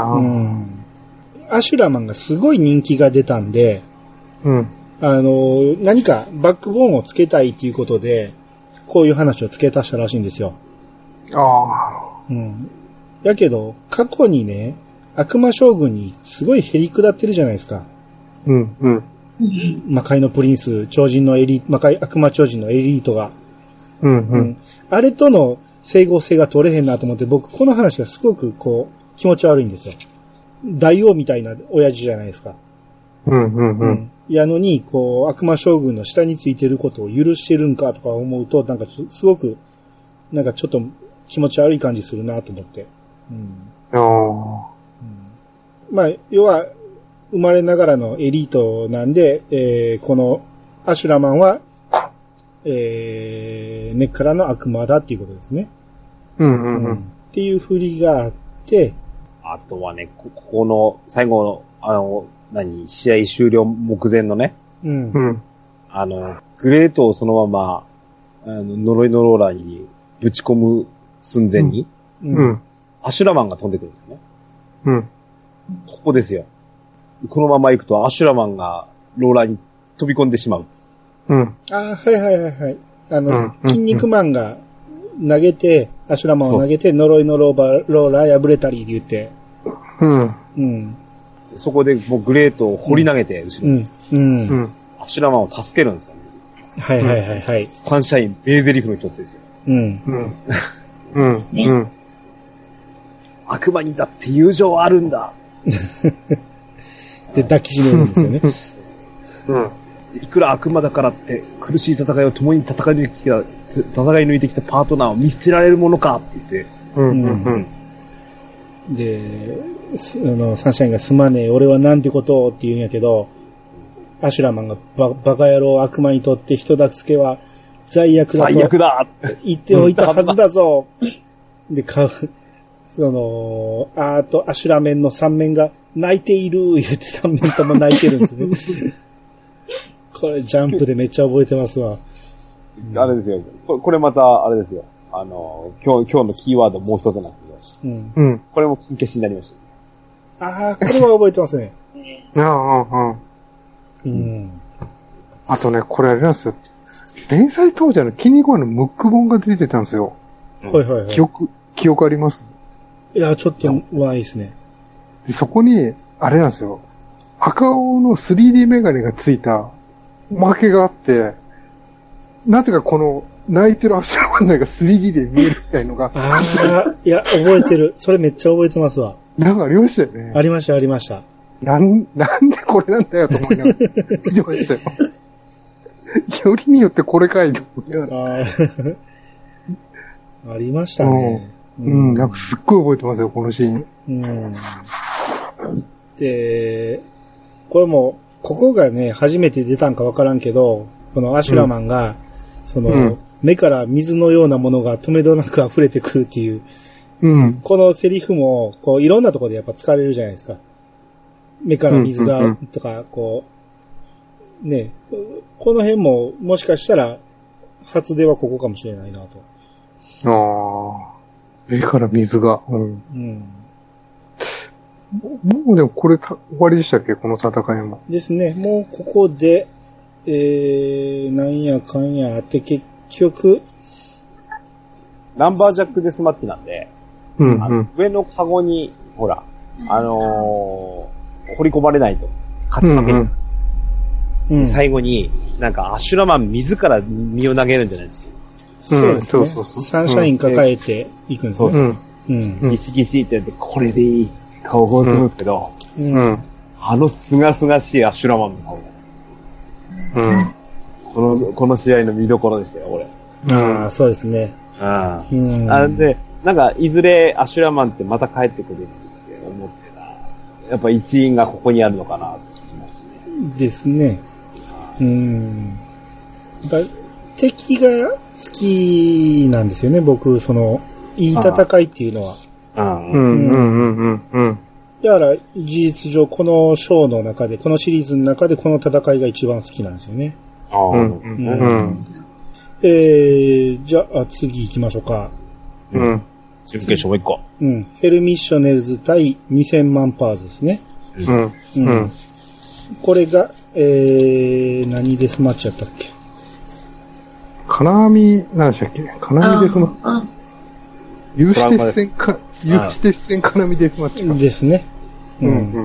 アシュラマンがすごい人気が出たんで、うん。あの、何かバックボーンをつけたいっていうことで、こういう話を付け足したらしいんですよ。ああ。うん。やけど、過去にね、悪魔将軍にすごいへり下ってるじゃないですか。うん、うん。魔界のプリンス、超人のエリート、魔界悪魔超人のエリートが。うん、うん、うん。あれとの整合性が取れへんなと思って、僕この話がすごくこう、気持ち悪いんですよ。大王みたいな親父じゃないですか。うん、うん、うん。やのに、こう、悪魔将軍の下についてることを許してるんかとか思うと、なんかすごく、なんかちょっと気持ち悪い感じするなと思って。うん。ああ。うん、まあ、要は、生まれながらのエリートなんで、えー、このアシュラマンは、えー、根っからの悪魔だっていうことですね。うんうんうん。うん、っていう振りがあって、 あとはね、ここの最後の、あの、何、試合終了目前のね、うん。うん。あの、グレートをそのまま、あの、呪いのローラーにぶち込む寸前に、うん。うん、アシュラマンが飛んでくるんですよね。うん。ここですよ。このまま行くとアシュラマンがローラーに飛び込んでしまう。 うん。ああ、はいはいはいはい。あの、うん、筋肉マンが投げて、アシュラマンを投げて、呪いのローバー、ローラー破れたり言って。うん。 うん。そこでもうグレートを掘り投げて、後ろに。うん。うん。アシュラマンを助けるんですよね。 はいはいはいはい。 サンシャイン、名台詞の一つですよ。うん。うん。うん。うん。悪魔にだって友情はあるんだ。 で、抱きしめるんですよね。 うん。いくら悪魔だからって苦しい戦いを共に戦い抜いてきた、戦い抜いてきたパートナーを見捨てられるものかって言って。うんうんうん。で、あの、サンシャインがすまねえ、俺はなんてことをって言うんやけど、アシュラマンがババカ野郎悪魔にとって人助けは罪悪だと。 罪悪だ言っておいたはずだぞ。で、か、その、あーとアシュラメンの三面が泣いている言って三面とも泣いてるんですね。これジャンプでめっちゃ覚えてますわ。 あれですよ。これまた、あれですよ。あの、今日、今日のキーワードもう一つなんですけど。うん。これも金消しになりました。 ああ、これは覚えてますね。ああ、ああ。 うん。あとね、これあれなんですよ。連載当時のキニコアのムック本が出てたんですよ。はいはいはい。記憶、記憶あります？ いや、ちょっとないですね。 でそこに、あれなんですよ。赤尾の スリーディー メガネがついたおまけがあって、なぜかこの泣いてるアシュラマンが スリーディー で見えるみたいのが。 ああ、いや、覚えてる。それめっちゃ覚えてますわ。 なんかありましたよね。 ありました、ありました。 なん、なんでこれなんだよと思いながら見てましたよ。よりによってこれかいと思いながら。あ, ありましたね。 うん、うん、なんかすっごい覚えてますよ、このシーン。うん。 で、これも、ここがね、初めて出たんかわからんけど、このアシュラマンが、うん、その、うん、目から水のようなものが止めどなく溢れてくるっていう、うん、このセリフも、こう、いろんなところでやっぱ使われるじゃないですか。目から水が、とか、こう、ね、この辺も、もしかしたら、初出はここかもしれないなと。 ああ、目から水が。うん。うん、もうでもこれた終わりでしたっけこの戦いも。 ですね。もうここで、えー、なんやかんやあって結局、 ナンバージャックデスマッチなんで、うんうん、あの上のカゴに、ほら、あのー、掘り込まれないと、勝ち負ける。うんうん、最後に、なんかアシュラマン自ら身を投げるんじゃないですか。 そうですね。そうそうそう。サンシャイン抱えていくんですね。うん。 うん。ギシギシってやって、これでいい。顔が映るんですけど、うん。うん、あのすがすがしいアシュラマンの顔。うん。この、この試合の見どころでしたよ、俺。 ああ、そうですね。 ああ。うん。あで、なんか、いずれアシュラマンってまた帰ってくるって思ってた。やっぱ一員がここにあるのかなって聞きますね。 ですね。うん。やっぱ敵が好きなんですよね、僕、その、いい戦いっていうのは。うん、うん、うん、うん、うん。だから、事実上、このショーの中で、このシリーズの中で、この戦いが一番好きなんですよね。 ああ、うん。 うん。えー、じゃあ次行きましょうか。 うん。準決勝もう一個。 うん。ヘルミッショネルズ対にせんまんパーズですね。 うん。うん。うん、 これが、えー、何デスマッチやったっけ？ 金網、何でしたっけ？金網デスマッチ。有刺鉄線か、有刺鉄線金網デスマッチか。 ですね。うん。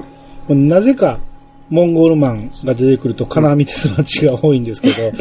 うん、なぜか、モンゴルマンが出てくると金網デスマッチが多いんですけど。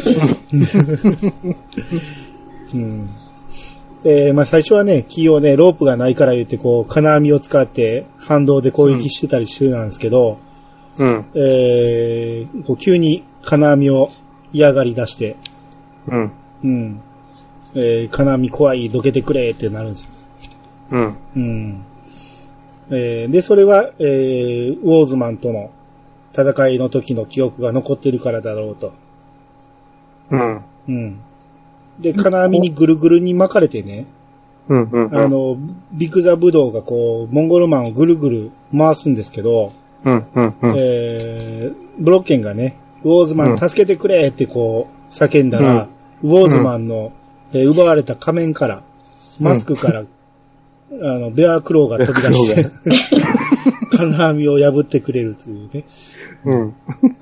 うん。えー、まあ最初はね、企業ね、ロープがないから言って、こう、金網を使って反動で攻撃してたりしてたんですけど、 うん。 えー、こう急に金網を嫌がり出して、 うん。 うん。えー、金網怖い、どけてくれってなるんですよ。 うん。 うん。えー、で、それは、えー、ウォーズマンとの戦いの時の記憶が残ってるからだろうと。 うん。 うん。で、金網にぐるぐるに巻かれてね、 うんうん、うん。 あの、ビッグザブドウがこう、モンゴルマンをぐるぐる回すんですけど、 うんうんうん。 えー、ブロッケンがね、ウォーズマン助けてくれってこう、叫んだら、うん、ウォーズマンの、えー、奪われた仮面から、マスクから、うん、あの、ベアクローが飛び出して、金網を破ってくれるというね。 うん。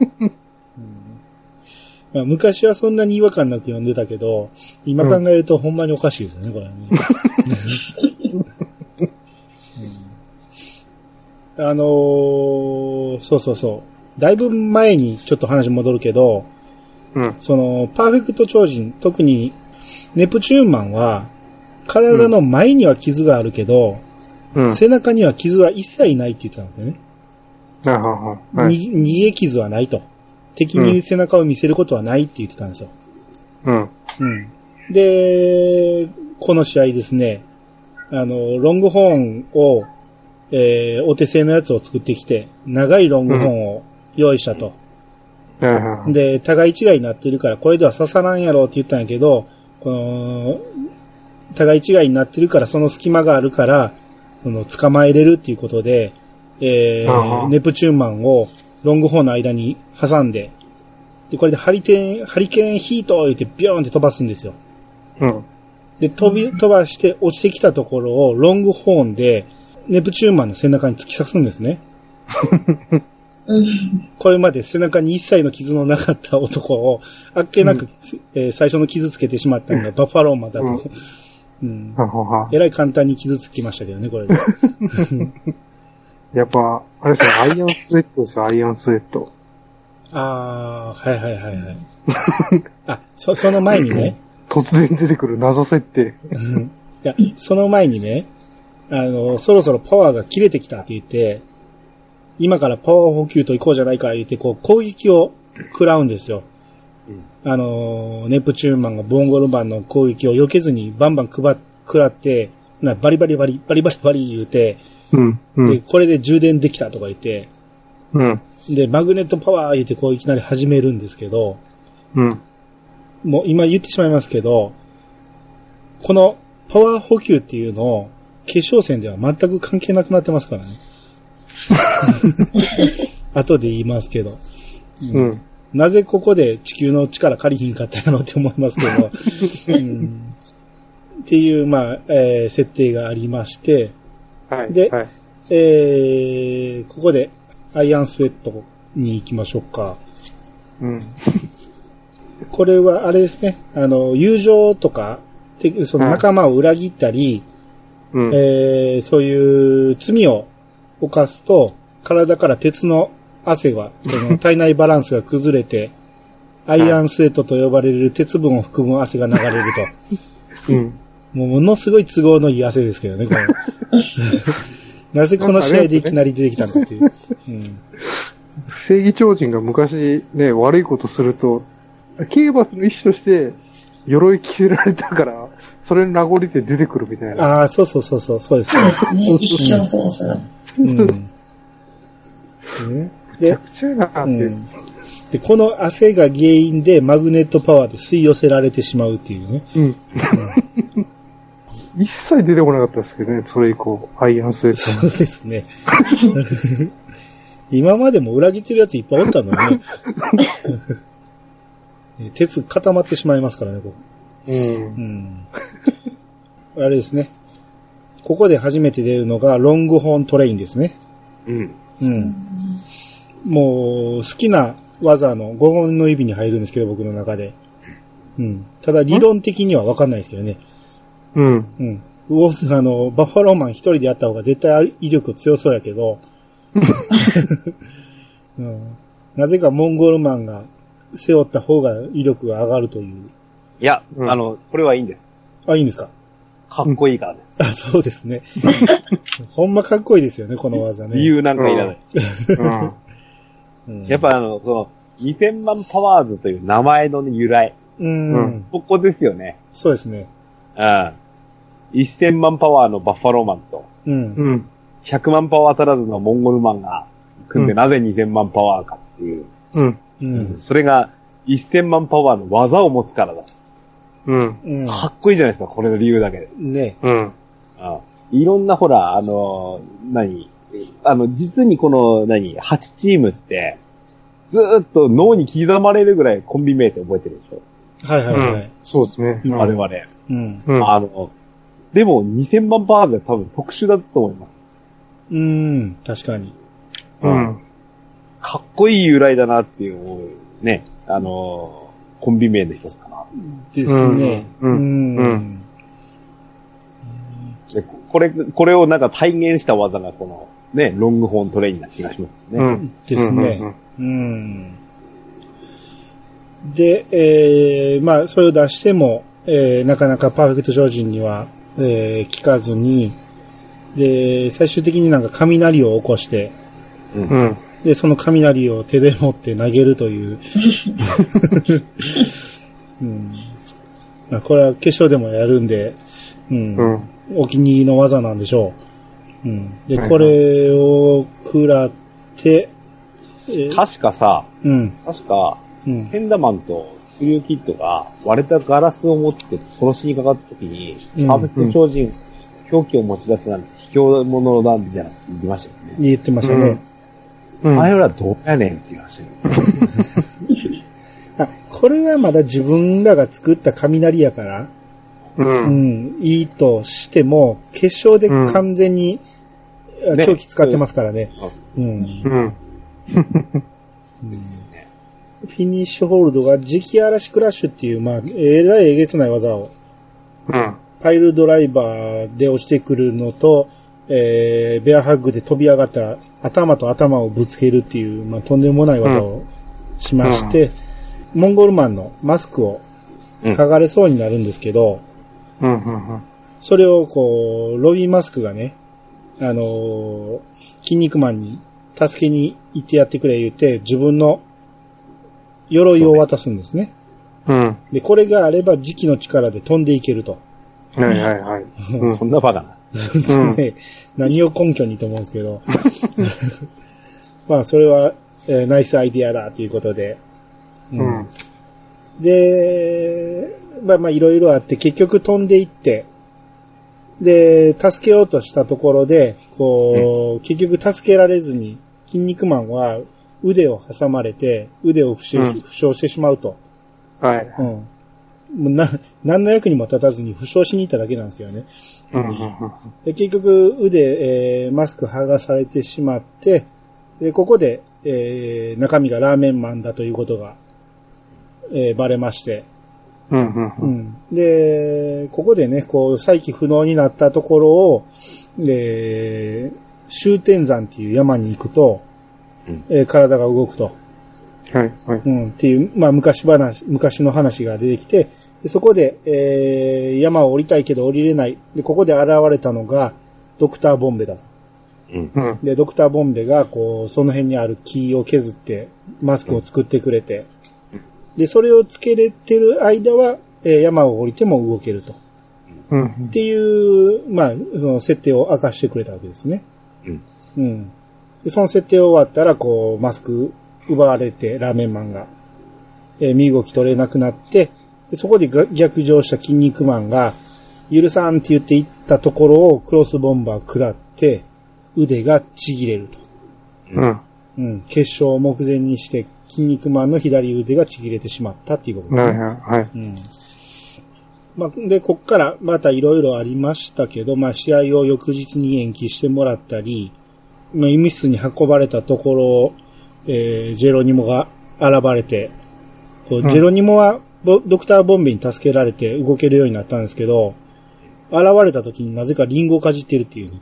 まあ、昔はそんなに違和感なく読んでたけど、今考えるとほんまにおかしいですよね、これはね。うん、あのー、そうそうそう。だいぶ前にちょっと話戻るけど、 うん、 その、パーフェクト超人、特にネプチューンマンは、体の前には傷があるけど、うん、背中には傷は一切ないって言ってたんですよね。 はい、 に逃げ傷はないと。敵に背中を見せることはないって言ってたんですよ。 うん。 うん。で、この試合ですね、あの、ロングホーンを、えー、お手製のやつを作ってきて、長いロングホーンを用意したと。 うん、 で、互い違いになってるから、これでは刺さらんやろって言ったんやけど、この、互い違いになってるから、その隙間があるから、その捕まえれるっていうことで、えー、ネプチューンマンをロングホーンの間に挟んで、で、これでハリテン、ハリケーンヒートを言ってビョーンって飛ばすんですよ。 うん。 で、飛び、飛ばして落ちてきたところをロングホーンでネプチューンマンの背中に突き刺すんですね。これまで背中に一切の傷のなかった男をあっけなく、うん、えー、最初の傷つけてしまったのがバッファローマンだと。うんうん、えらい簡単に傷つきましたけどね、これで。 やっぱ、あれですよ、アイアンスウェットですよ、アイアンスウェット。 ああ、はいはいはいはい。あ、そ、その前にね。 突然出てくる謎設定。 いや、その前にね、あの、そろそろパワーが切れてきたって言って、今からパワー補給と行こうじゃないか言って、こう、攻撃を食らうんですよ。うん、あの、ネプチューンマンがボンゴルマンの攻撃を避けずにバンバン食らって、なバリバリバリ、バリバリバリ言うて、 うんうん、 で、これで充電できたとか言って、 うん、 で、マグネットパワー言ってこういきなり始めるんですけど、 うん、 もう今言ってしまいますけど、このパワー補給っていうのを決勝戦では全く関係なくなってますからね。後で言いますけど、 うんうん、 なぜここで地球の力借りひんかったやろって思いますけど、うん、っていう、まあ、えー、設定がありまして、 はい、 で、 はい、 えー、ここでアイアンスウェットに行きましょうか。 うん、 これはあれですね、あの、友情とか、その仲間を裏切ったり、 はい、 えー、そういう罪を犯すと、体から鉄の汗が、体内バランスが崩れて、アイアンスウェットと呼ばれる鉄分を含む汗が流れると。うん、 もうものすごい都合のいい汗ですけどね、これ。なぜこの試合でいきなり出てきたのかっていう。うん、 正義超人が昔ね、悪いことすると、刑罰の一種として、鎧着せられたから、それの名残で出てくるみたいな。 ああ、そうそうそうそう、そうですね。 そうですね、一生そうする。 うん。 めちゃくちゃやなって、うん。 で、この汗が原因でマグネットパワーで吸い寄せられてしまうっていうね。 うん。うん、一切出てこなかったですけどね、それ以降、アイアンスウェット。 そうですね。今までも裏切ってるやついっぱいおったのね。 鉄固まってしまいますからね、ここ。 うん。うん。あれですね。ここで初めて出るのがロングホーントレインですね。 うん。 うん。もう、好きな技のごほんの指に入るんですけど、僕の中で。うん。ただ理論的には分かんないですけどね。 うん。 うん。ウォース、あの、バッファローマン一人でやった方が絶対威力強そうやけど、うん、なぜかモンゴルマンが背負った方が威力が上がるという。 いや、 うん、 あの、これはいいんです。 あ、いいんですか？ かっこいいからです。 あ、そうですね。ほんまかっこいいですよね、この技ね。 理由なんかいらない。うん、やっぱあの、その、にせんまんパワーズという名前の、ね、由来。 うん。 ここですよね。 そうですね。 うん。せんまんパワーのバッファローマンと、 うん。 ひゃくまんパワー足らずのモンゴルマンが組んで、なぜにせんまんパワーかっていう。 うん。 うん。 それがせんまんパワーの技を持つからだ。 うん。 かっこいいじゃないですか、これの理由だけで。 ね。 うん。 ああいろんなほら、あの、何あの、実にこの、何はちチームって、ずーっと脳に刻まれるぐらいコンビ名って覚えてるでしょ？ はいはいはい。うん、 そうですね。 我々。 うん。 あの、でもにせんまんパワーで多分特殊だと思います。 うーん、確かに。 うん。 かっこいい由来だなっていう、ね、あの、コンビ名の一つかな。 ですね。 うん。うん。うん。 でこれ、これをなんか体現した技がこの、ね、ロングホーントレインな気がしますね。 うん。ですね。うん。で、えー、まあ、それを出しても、えー、なかなかパーフェクト超人には、えー、効かずに、で、最終的になんか雷を起こして、 うん。 で、その雷を手で持って投げるという。うん。まあ、これは決勝でもやるんで、うん。うん、お気に入りの技なんでしょう。うん。で、これを食らって、 確かさ、 うん。 確か、 うん、 ケンダマンとスクリューキッドが割れたガラスを持って殺しにかかった時に、 うん、 パーフェクト超人、うん、狂気を持ち出すなんて卑怯者だみたいな言ってましたよね。 言ってましたね。 うん。あれらどうやねんって言いましたよ。 あ、これはまだ自分らが作った雷やから、 うん、 うん、いいとしても、決勝で完全に、うん、狂気使ってますからね。うん。うんフィニッシュホールドが磁気嵐クラッシュっていう、まあ、えらいえげつない技を、 うん、 パイルドライバーで落ちてくるのと、えー、ベアハッグで飛び上がった頭と頭をぶつけるっていう、まあ、とんでもない技をしまして、うん、モンゴルマンのマスクを剥がれそうになるんですけど、 うんうんうん、 それをこう、ロビンマスクがね、あのー、筋肉マンに助けに行ってやってくれ言って、自分の鎧を渡すんですね。 うん。 で、これがあれば磁気の力で飛んでいけると。 はいはいはい。 うん、そんなバカな。 ね、何を根拠にと思うんですけど。まあ、それは、えー、ナイスアイディアだということで。 うん。うん、 で、まあまあ、いろいろあって、結局飛んでいって、で、助けようとしたところで、こう、うん、結局助けられずに、筋肉マンは腕を挟まれて、腕を負傷、うん、負傷してしまうと。 はい。 うん。もうな、何の役にも立たずに負傷しに行っただけなんですけどね。 うん。 で結局、腕、えー、マスク剥がされてしまって、で、ここで、えー、中身がラーメンマンだということが、えー、バレまして。 うん。 うん。で、ここでね、こう、再起不能になったところを、で、終天山っていう山に行くと、うんえー、体が動くと。 はい、はい。 うん、っていう、まあ、昔話、昔の話が出てきて、でそこで、えー、山を降りたいけど降りれない。で、ここで現れたのが、ドクターボンベだと。 うん。 で、ドクターボンベが、こう、その辺にある木を削って、マスクを作ってくれて、うん、で、それをつけれてる間は、えー、山を降りても動けると。 うん。 っていう、まあ、その設定を明かしてくれたわけですね。 うん。 うん。で、その設定終わったら、こう、マスク奪われて、ラーメンマンが、えー、身動き取れなくなって、でそこで逆上した筋肉マンが、許さんって言っていったところをクロスボンバー食らって、腕がちぎれると。 うん。 うん。決勝を目前にして、 筋肉マンの左腕がちぎれてしまったっていうことですね。はいはい。うん。まあ、で、こっからまたいろいろありましたけど、まあ、試合を翌日に延期してもらったり、まあ、医務室に運ばれたところ、えー、ジェロニモが現れて、こう、うん、ジェロニモはドクターボンベに助けられて動けるようになったんですけど、現れた時になぜかリンゴをかじってるっていう、ね。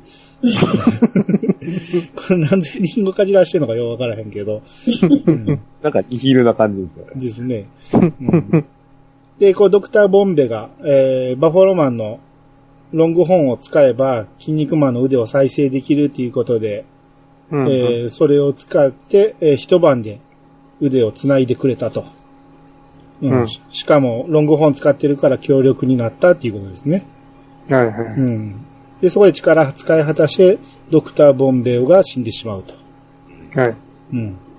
これなんでリンゴかじらしてんのかよくわからへんけど。 うん、なんか、イヒルな感じですよね。ですね。うん、で、こう、ドクターボンベが、えー、バファローマンのロングホーンを使えば、筋肉マンの腕を再生できるということで、うんうん、えー、それを使って、えー、一晩で腕を繋いでくれたと。うんうん、しかも、ロングホーン使ってるから強力になったっていうことですね。はいはい。うん。で、そこで力使い果たして、ドクター・ボンベオが死んでしまうと。はい。うん。